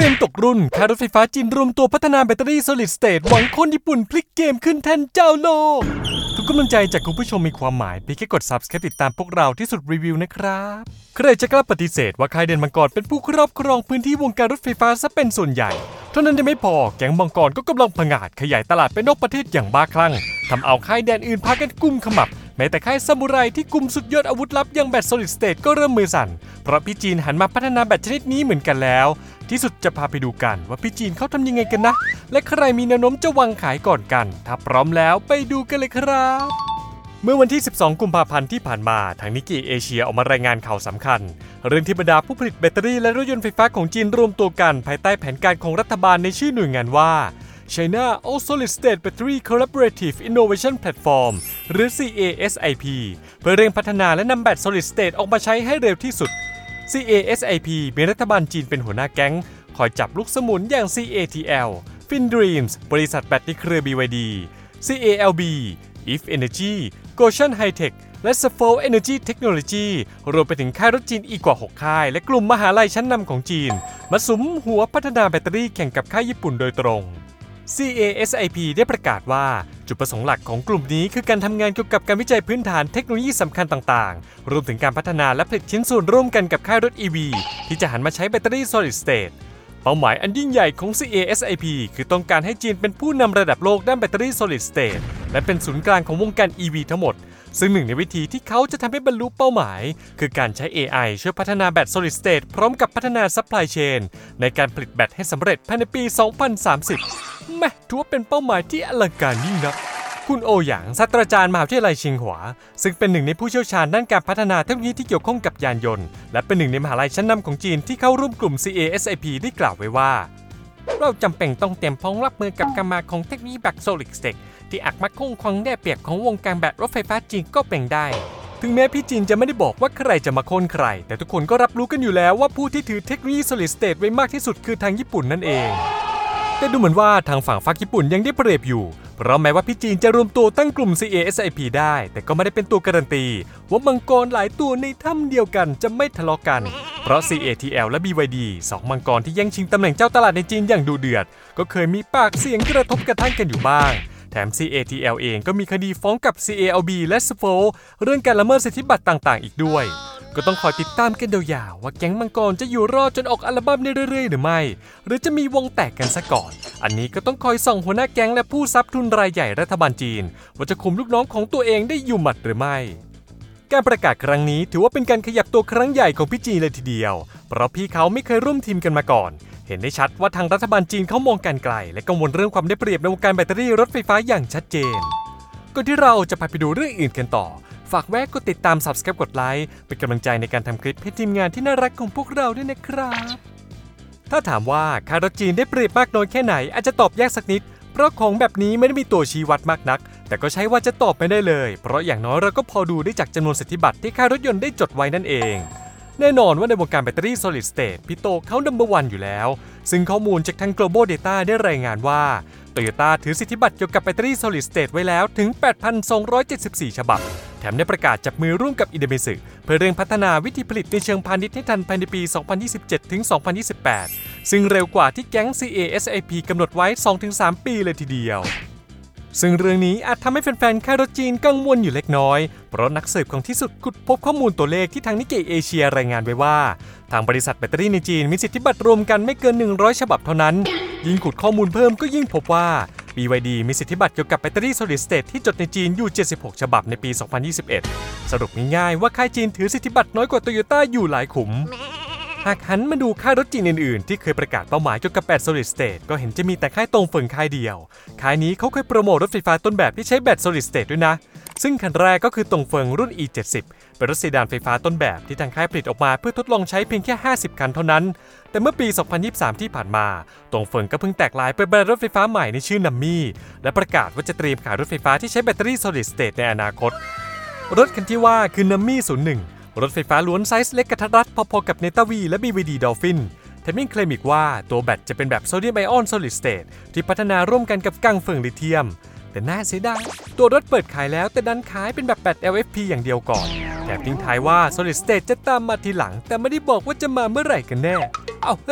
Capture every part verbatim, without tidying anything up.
มตกรุ่นค่ายรถไฟฟ้าจีนรวมตัวพัฒนาแบตเตอรี่ Solid State หวังคนญี่ปุ่นพลิกเกมขึ้นแทนเจ้าโลกทุกกำลังใจจากคุณผู้ชมมีความหมายเพียงแค่กด Subscribe ติดตามพวกเราที่สุดรีวิวนะครับใครจะกล้าปฏิเสธว่าค่ายเด่นมังกรเป็นผู้ครอบครองพื้นที่วงการรถไฟฟ้าซะเป็นส่วนใหญ่เท่านั้นยังไม่พอแก๊งมังกรก็กำลังผงาดขยายตลาดไปนอกประเทศอย่างบ้าคลั่งทำเอาค่ายแดนอื่นพากันกุมขมับแม้แต่ค่ายซามูไรที่กุมสุดยอดอาวุธลับอย่างแบต Solid State ก็เริ่มมือสั่นเพราะพี่จีนหันมาพัฒนาแบตชนิดนี้เหมือนกันแล้วที่สุดจะพาไปดูกันว่าพี่จีนเขาทำยังไงกันนะและใครมีแนวโน้มจะวางขายก่อนกันถ้าพร้อมแล้วไปดูกันเลยครับเมื่อวันที่สิบสองกุมภาพันธ์ที่ผ่านมาทางนิกเกิเอเชียออกมารายงานข่าวสำคัญเรื่องที่บรรดาผู้ผลิตแบตเตอรี่และรถยนต์ไฟฟ้าของจีนรวมตัวกันภายใต้แผนการของรัฐบาลในชื่อหน่วยงานว่า China All Solid State Battery Collaborative Innovation Platform หรือ ซี เอ เอส ไอ พี เพื่อเร่งพัฒนาและนำแบต Solid State ออกมาใช้ให้เร็วที่สุด ซี เอ เอส ไอ พี มีรัฐบาลจีนเป็นหัวหน้าแก๊งคอยจับลูกสมุนอย่าง ซี เอ ที แอล FinDreams บริษัทแบตในเครือ บี วาย ดี ซี เอ แอล บี If Energy Goshen High-Tech และ เอส โฟ Energy Technology รวมไปถึงค่ายรถจีนอีกกว่าหกค่ายและกลุ่มมหาลัยชั้นนำของจีนมาสุมหัวพัฒนาแบตเตอรี่แข่งกับค่ายญี่ปุ่นโดยตรง ซี เอ เอส ไอ พี ได้ประกาศว่าจุดประสงค์หลักของกลุ่มนี้คือการทำงานเกี่ยวกับการวิจัยพื้นฐานเทคโนโลยีสำคัญต่างๆรวมถึงการพัฒนาและผลิตชิ้นส่วนร่วมกันกับค่ายรถ อี วี ที่จะหันมาใช้แบตเตอรี่ Solid State เป้าหมายอันยิ่งใหญ่ของ ซี เอ เอส ไอ พี คือต้องการให้จีนเป็นผู้นำระดับโลกด้านแบตเตอรี่ Solid State และเป็นศูนย์กลางของวงการ อี วี ทั้งหมดซึ่งหนึ่งในวิธีที่เขาจะทำให้บรรลุเป้าหมายคือการใช้ เอ ไอ ช่วยพัฒนาแบต Solid State พร้อมกับพัฒนา Supply Chain ในการผลิตแบตให้สำเร็จภายในปี สองพันสามสิบ แม้ถือว่าเป็นเป้าหมายที่อลังการยิ่งนักคุณโอหยางศาสตราจารย์มหาวิทยาลัยชิงหัวซึ่งเป็นหนึ่งในผู้เชี่ยวชาญด้านการพัฒนาเทคโนโลยีที่เกี่ยวข้องกับยานยนต์และเป็นหนึ่งในมหาลัยชั้นนำของจีนที่เข้าร่วมกลุ่ม ซี เอ เอส ไอ พี ได้กล่าวไว้ว่าเราจำเป็นต้องเตรียมพร้อมรับมือกับการมาของเทคโนโลยีแบต Solid State ที่อาจมาคงความได้เปรียบของวงการแบตรถไฟฟ้าจีนก็เป็นได้ถึงแม้พี่จีนจะไม่ได้บอกว่าใครจะมาโค่นใครแต่ทุกคนก็รับรู้กันอยู่แล้วว่าผู้ที่ถือเทคโนโลยี Solid State ไว้มากที่สุดคือทางญี่ปุ่นนั่นเองแต่ดูเหมือนว่าทางฝั่งฝักญี่ปุ่นยังได้เปรียบอยู่เพราะแม้ว่าพี่จีนจะรวมตัวตั้งกลุ่ม ซี เอ เอส ไอ พี ได้แต่ก็ไม่ได้เป็นตัวการันตีว่ามังกรหลายตัวในถ้ำเดียวกันจะไม่ทะเลาะกันเพราะ ซี เอ ที แอล และ บี วาย ดี สองมังกรที่แย่งชิงตำแหน่งเจ้าตลาดในจีนอย่างดุเดือดก็เคยมีปากเสียงกระทบกระทั่งกันอยู่บ้างแถม ซี เอ ที แอล เองก็มีคดีฟ้องกับ ซี เอ แอล บี และ เอส โฟ เรื่องการละเมิดสิทธิบัตรต่างๆอีกด้วยก็ต้องคอยติดตามกันยาวๆว่าแก๊งมังกรจะอยู่รอดจนออกอัลบั้มได้เรื่อยๆหรือไม่หรือจะมีวงแตกกันซะก่อนอันนี้ก็ต้องคอยส่องหัวหน้าแก๊งและผู้ทรัพย์ทุนรายใหญ่รัฐบาลจีนว่าจะคุมลูกน้องของตัวเองได้อยู่หมัดหรือไม่การประกาศครั้งนี้ถือว่าเป็นการขยับตัวครั้งใหญ่ของพี่จีนเลยทีเดียวเพราะพี่เขาไม่เคยร่วมทีมกันมาก่อนเห็นได้ชัดว่าทางรัฐบาลจีนเขามองการไกลและกังวลเรื่องความได้เปรียบในวงการแบตเตอรี่รถไฟฟ้าอย่างชัดเจนก่อนที่เราจะพาไปดูเรื่องอื่นกันต่อฝากแวะกดติดตาม Subscribe กดไลค์เป็นกำลังใจในการทำคลิปให้ทีมงานที่น่ารักของพวกเราด้วยนะครับถ้าถามว่าค่ายรถจีนได้เปรียบมากน้อยแค่ไหนอาจจะตอบยากสักนิดเพราะของแบบนี้ไม่ได้มีตัวชี้วัดมากนักแต่ก็ใช้ว่าจะตอบไม่ได้เลยเพราะอย่างน้อยเราก็พอดูได้จากจำนวนสิทธิบัตรที่ค่ายรถยนต์ได้จดไว้นั่นเองแน่นอนว่าในวงการแบตเตอรี่ Solid State พี่โตเขา นัมเบอร์ วัน อยู่แล้วซึ่งข้อมูลจากทาง Global Data ได้รายงานว่า Toyota ถือสิทธิบัตรเกี่ยวกับแบตเตอรี่ Solid State ไว้แล้วถึง แปดพันสองร้อยเจ็ดสิบสี่ ฉบับแถมได้ประกาศจับมือร่วมกับอิเดเมสึเพื่อเร่งพัฒนาวิธีผลิตในเชิงพาณิชย์ให้ทันภายในปี สองพันยี่สิบเจ็ดถึงสองพันยี่สิบแปด ซึ่งเร็วกว่าที่แก๊ง ซี เอ เอส ไอ พี กำหนดไว้ สองถึงสาม ปีเลยทีเดียวซึ่งเรื่องนี้อาจทำให้แฟนๆค่ายรถจีนกังวลอยู่เล็กน้อยเพราะนักสืบของที่สุดขุดพบข้อมูลตัวเลขที่ทางนิกเกิเอเชียรายงานไว้ว่าทางบริษัทแบตเตอรี่ในจีนมีสิทธิบัตรรวมกันไม่เกินหนึ่งร้อยฉบับเท่านั้นยิ่งขุดข้อมูลเพิ่มก็ยิ่งพบว่า บี วาย ดี มีสิทธิบัตรเกี่ยวกับแบตเตอรี่ Solid State ที่จดในจีนอยู่เจ็ดสิบหกฉบับในปี สองพันยี่สิบเอ็ด สรุปง่ายๆว่าค่ายจีนถือสิทธิบัตรน้อยกว่า Toyota อยู่หลายขุมหากหันมาดูค่ายรถจีนอื่นๆที่เคยประกาศเป้าหมายเกี่ยวกับแบต Solid State ก็เห็นจะมีแต่ค่ายตงเฟิงค่ายเดียวค่ายนี้เขาเคยโปรโมทรถไฟฟ้าต้นแบบที่ใช้แบต Solid State ด้วยนะซึ่งคันแรกก็คือตงเฟิงรุ่น อี เจ็ดสิบ เป็นรถเซดานไฟฟ้าต้นแบบที่ทางค่ายผลิตออกมาเพื่อทดลองใช้เพียงแค่ห้าสิบคันเท่านั้นแต่เมื่อปี สองพันยี่สิบสาม ที่ผ่านมาตงเฟิงก็เพิ่งแตกลายเป็นแบรนด์รถไฟฟ้าใหม่ในชื่อนัมมี่และประกาศว่าจะเตรียมขายรถไฟฟ้าที่ใช้แบตเตอรี่ Solid State ในอนาคตรถคันที่ว่าคือนัมมี่ ศูนย์หนึ่งรถไฟฟ้าล้วนไซส์เล็กกระทัดรัดพอๆกับเนต้าวีและ บี วาย ดี Dolphin แถมยังเคลมอีกว่าตัวแบตจะเป็นแบบโซเดียมไอออน Solid State ที่พัฒนาร่วมกันกับกังเฟิงลิเธียมแต่น่าเสียดายตัวรถเปิดขายแล้วแต่ดันขายเป็นแบบแบต แอล เอฟ พี อย่างเดียวก่อนแถมทิ้งท้ายว่า Solid State จะตามมาทีหลังแต่ไม่ได้บอกว่าจะมาเมื่อไหร่กันแน่เอ้าเฮ้ย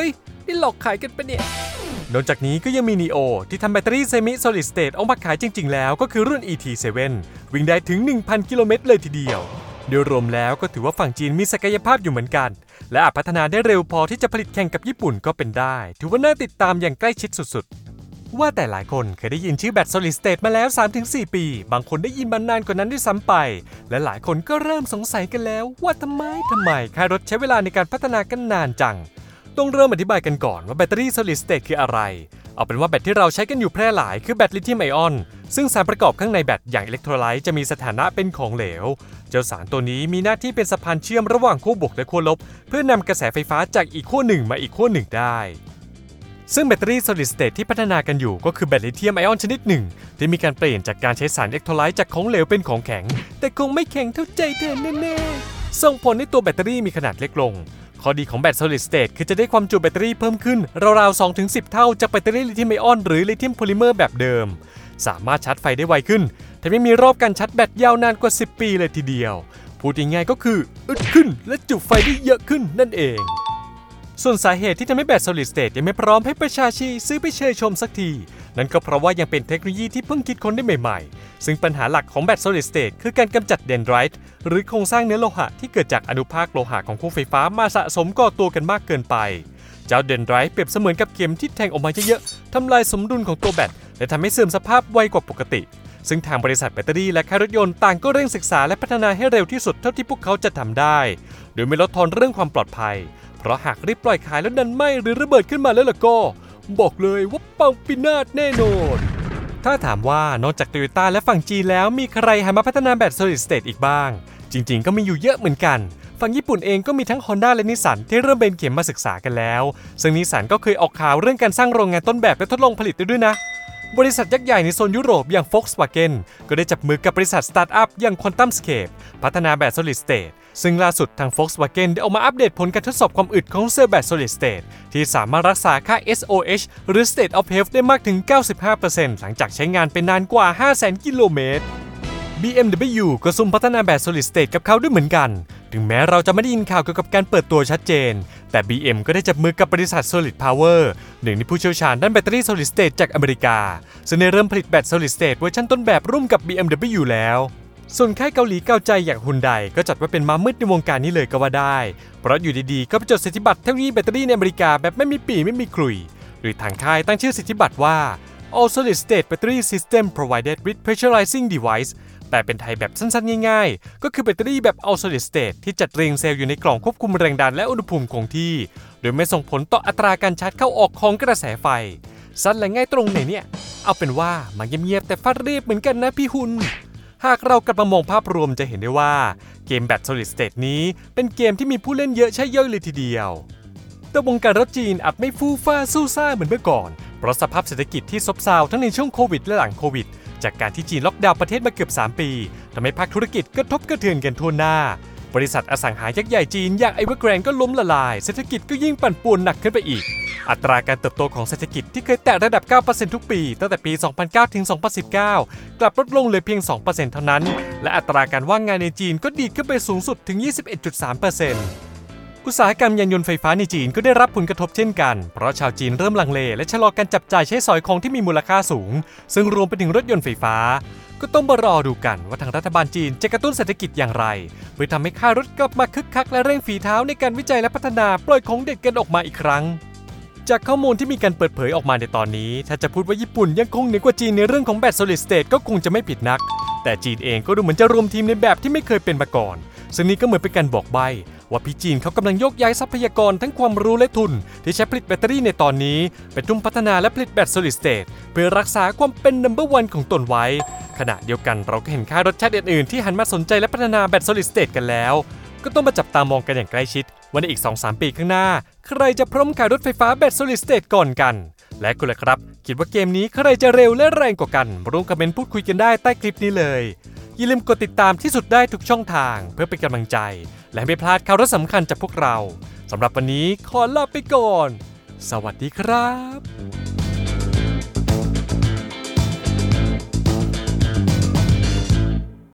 นี่หลอกขายกันปะเนี่ยนอกจากนี้ก็ยังมี นีโอ ที่ทำแบตเตอรี่เซมิโซลิดสเตทออกมาขายจริงๆแล้วก็คือรุ่น อี ที เซเว่น วิ่งได้ถึง หนึ่งพัน กิโลเมตรเลยทีเดียวโดยรวมแล้วก็ถือว่าฝั่งจีนมีศักยภาพอยู่เหมือนกันและอาจพัฒนาได้เร็วพอที่จะผลิตแข่งกับญี่ปุ่นก็เป็นได้ถือว่าน่าติดตามอย่างใกล้ชิดสุดๆว่าแต่หลายคนเคยได้ยินชื่อแบตโซลิดสเตทมาแล้ว สามถึงสี่ ปีบางคนได้ยินมานานกว่านั้นด้วยซ้ำไปและหลายคนก็เริ่มสงสัยกันแล้วว่าทำไมทำไมค่ายรถใช้เวลาในการพัฒนากันนานจังต้องเริ่มอธิบายกันก่อนว่าแบตเตอรี่โซลิดสเตทคืออะไรเอาเป็นว่าแบตที่เราใช้กันอยู่แพร่หลายคือแบตลิเธียมไอออนซึ่งสารประกอบข้างในแบตอย่างอิเล็กโทรไลต์จะมีสถานะเป็นของเหลวเจ้าสารตัวนี้มีหน้าที่เป็นสะพานเชื่อมระหว่างขั้วบวกและขั้วลบเพื่อนำกระแสไฟฟ้าจากอีกขั้วหนึ่งมาอีกขั้วหนึ่งได้ซึ่งแบตเตอรี่ solid state ที่พัฒนากันอยู่ก็คือแบตลิเธียมไอออนชนิดหนึ่งที่มีการเปลี่ยนจากการใช้สารอิเล็กโทรไลต์จากของเหลวเป็นของแข็งแต่คงไม่แข็งเท่าใจเธอแน่ๆส่งผลให้ตัวแบตเตอรี่มีขนาดเล็กลงข้อดีของแบต solid state คือจะได้ความจุแบตเตอรี่เพิ่มขึ้นราวๆ สองถึงสิบ เท่าจากแบตเตอรี่ลิเธียมไอออนหรือลิเธียมโพลิเมอร์แบบเดิมสามารถชาร์จไฟได้ไวขึ้นแถมยังมีรอบการชาร์จแบตยาวนานกว่าสิบปีเลยทีเดียวพูดง่ายๆก็คืออึดขึ้นและจุไฟได้เยอะขึ้นนั่นเองส่วนสาเหตุที่ทำให้แบต solid state ยังไม่พร้อมให้ประชาชนซื้อไปเชยชมสักทีนั่นก็เพราะว่ายังเป็นเทคโนโลยีที่เพิ่งคิดค้นได้ใหม่ๆซึ่งปัญหาหลักของแบต solid state คือการกำจัดเดนไดต์หรือโครงสร้างเนื้อโลหะที่เกิดจากอนุภาคโลหะของขั้วไฟฟ้ามาสะสมก่อตัวกันมากเกินไปเจ้าเดนไดต์เปรียบเสมือนกับเข็มที่แทงออกมาเยอะๆทำลายสมดุลของตัวแบตและทำให้เสื่อมสภาพไวกว่าปกติซึ่งทางบริษัทแบตเตอรี่และค่ายรถยนต์ต่างก็เร่งศึกษาและพัฒนาให้เร็วที่สุดเท่าที่พวกเขาจะทำได้โดยไม่ลดทอนเรื่องความปลอดภัยเพราะหากรีบปล่อยขายแล้วดันไหม้หรือระเบิดขึ้นมาแล้วล่ะก็บอกเลยว่าปังปินาศแน่นอนถ้าถามว่านอกจาก Toyota และฝั่งจีนแล้วมีใครหันมาพัฒนาแบต Solid State อีกบ้างจริงๆก็มีอยู่เยอะเหมือนกันฝั่งญี่ปุ่นเองก็มีทั้ง Honda และ Nissan ที่เริ่มเบนเข็มมาศึกษากันแล้วซึ่ง Nissan ก็เคยออกข่าวเรื่องการสร้างโรงงานต้นแบบและทดลองผลิตด้วยนะบริษัทยักษ์ใหญ่ในโซนยุโรปอย่าง Volkswagen ก็ได้จับมือกับบริษัทสตาร์ทอัพอย่าง QuantumScape พัฒนาแบต Solid State ซึ่งล่าสุดทาง Volkswagen ได้ออกมาอัปเดตผลการทดสอบความอึดของเซลล์แบต Solid State ที่สามารถรักษาค่า เอส โอ เอช หรือ State of Health ได้มากถึง เก้าสิบห้าเปอร์เซ็นต์ หลังจากใช้งานเป็นนานกว่า ห้าแสน กิโลเมตร บี เอ็ม ดับเบิลยู ก็ซุ่มพัฒนาแบต Solid State กับเขาด้วยเหมือนกันถึงแม้เราจะไม่ได้ยินข่าวเกี่ยวกับการเปิดตัวชัดเจนแต่ บี เอ็ม ก็ได้จับมือกับบริษัท Solid Power หนึ่งในผู้เชี่ยวชาญด้านแบตเตอรี่ Solid State จากอเมริกาซึ่งได้เริ่มผลิตแบต Solid State เวอร์ชันต้นแบบร่วมกับ บี เอ็ม ดับเบิลยู แล้วส่วนค่ายเกาหลีเกาใจอย่างฮุนไดก็จัดว่าเป็นม้ามืดในวงการนี้เลยก็ว่าได้เพราะอยู่ดีๆก็ไปจดสิทธิบัตรเทคโนโลยีแบตเตอรี่ในอเมริกาแบบไม่มีปี่ไม่มีขลุ่ยโดยทางค่ายตั้งชื่อสิทธิบัตรว่า All Solid State Battery System Provided with Pressurizing Device แต่เป็นไทยแบบสั้นๆง่ายๆก็คือแบตเตอรี่แบบ All Solid State ที่จัดเรียงเซลล์อยู่ในกล่องควบคุมแรงดันและอุณหภูมิคงที่โดยไม่ส่งผลต่ออัตราการชาร์จเข้าออกของกระแสไฟสั้นและง่ายตรงไหนเนี่ยเอาเป็นว่ามาเงียบๆแต่ฟาดเรียบเหมือนกันนะพี่หุนหากเรากลับมามองภาพรวมจะเห็นได้ว่าเกมแบต Solid State นี้เป็นเกมที่มีผู้เล่นเยอะใช่ย่อยเลยทีเดียวแต่วงการรถจีนอาจไม่ฟู่ฟ้าสู้ซ่าเหมือนเมื่อก่อนเพราะสภาพเศรษฐกิจที่ซบเซาทั้งในช่วงโควิดและหลังโควิดจากการที่จีนล็อกดาวน์ประเทศมาเกือบสามปีทำให้ภาคธุรกิจกระทบกระเทือนกันทั่วหน้าบริษัทอสังหายักษ์ใหญ่จีนอย่าง Evergrande ก็ล้มละลายเศรษฐกิจก็ยิ่งปั่นป่วนหนักขึ้นไปอีกอัตราการเติบโตของเศรษฐกิจที่เคยแตะระดับ เก้าเปอร์เซ็นต์ ทุกปีตั้งแต่ปี สองพันเก้า ถึง สองพันสิบเก้า กลับลดลงเหลือเพียง สองเปอร์เซ็นต์ เท่านั้นและอัตราการว่างงานในจีนก็ดีดขึ้นไปสูงสุดถึง ยี่สิบเอ็ดจุดสามเปอร์เซ็นต์ อุตสาหกรรมยานยนต์ไฟฟ้าในจีนก็ได้รับผลกระทบเช่นกันเพราะชาวจีนเริ่มลังเลและชะลอการจับจ่ายใช้สอยของที่มีมูลค่าสูงซึ่งรวมไปถึงรถยนต์ไฟฟ้าก็ต้องมารอดูกันว่าทางรัฐบาลจีนจะกระตุ้นเศรษฐกิจอย่างไรเพื่อทำให้ค่ารถกลับมาคึกคักและเร่งฝีเท้าในการวิจัยและพัฒนาปล่อยของเด็ดกันออกมาอีกครั้งจากข้อมูลที่มีการเปิดเผยออกมาในตอนนี้ถ้าจะพูดว่าญี่ปุ่นยังคงเหนือกว่าจีนในเรื่องของแบต Solid State ก็คงจะไม่ผิดนักแต่จีนเองก็ดูเหมือนจะรวมทีมในแบบที่ไม่เคยเป็นมาก่อนซึ่งนี้ก็เหมือนเป็นการบอกใบ้ว่าพี่จีนเขากำลังยกย้ายทรัพยากรทั้งความรู้และทุนที่ใช้ผลิตแบตเตอรี่ในตอนนี้ไปทุ่มพัฒนาและผลิตแบต Solid State เพื่อรักษาความเป็น นัมเบอร์ วัน ของตนไว้ขณะเดียวกันเราก็เห็นค่ายรถชาติอื่นๆที่หันมาสนใจและพัฒนาแบต Solid State กันแล้วก็ต้องมาจับตามองกันอย่างใกล้ชิดว่าในอีก สองถึงสาม ปีข้างหน้าใครจะพร้อมขายรถไฟฟ้าแบต Solid State ก่อนกันและคุณล่ะครับคิดว่าเกมนี้ใครจะเร็วและแรงกว่ากันร่วมคอมเมนต์พูดคุยกันได้ใต้คลิปนี้เลยอย่าลืมกดติดตามที่สุดได้ทุกช่องทางเพื่อเป็นกำลังใจและไม่พลาดข่าวสำคัญจากพวกเราสำหรับวันนี้ขอลาไปก่อนสวัสดีครับ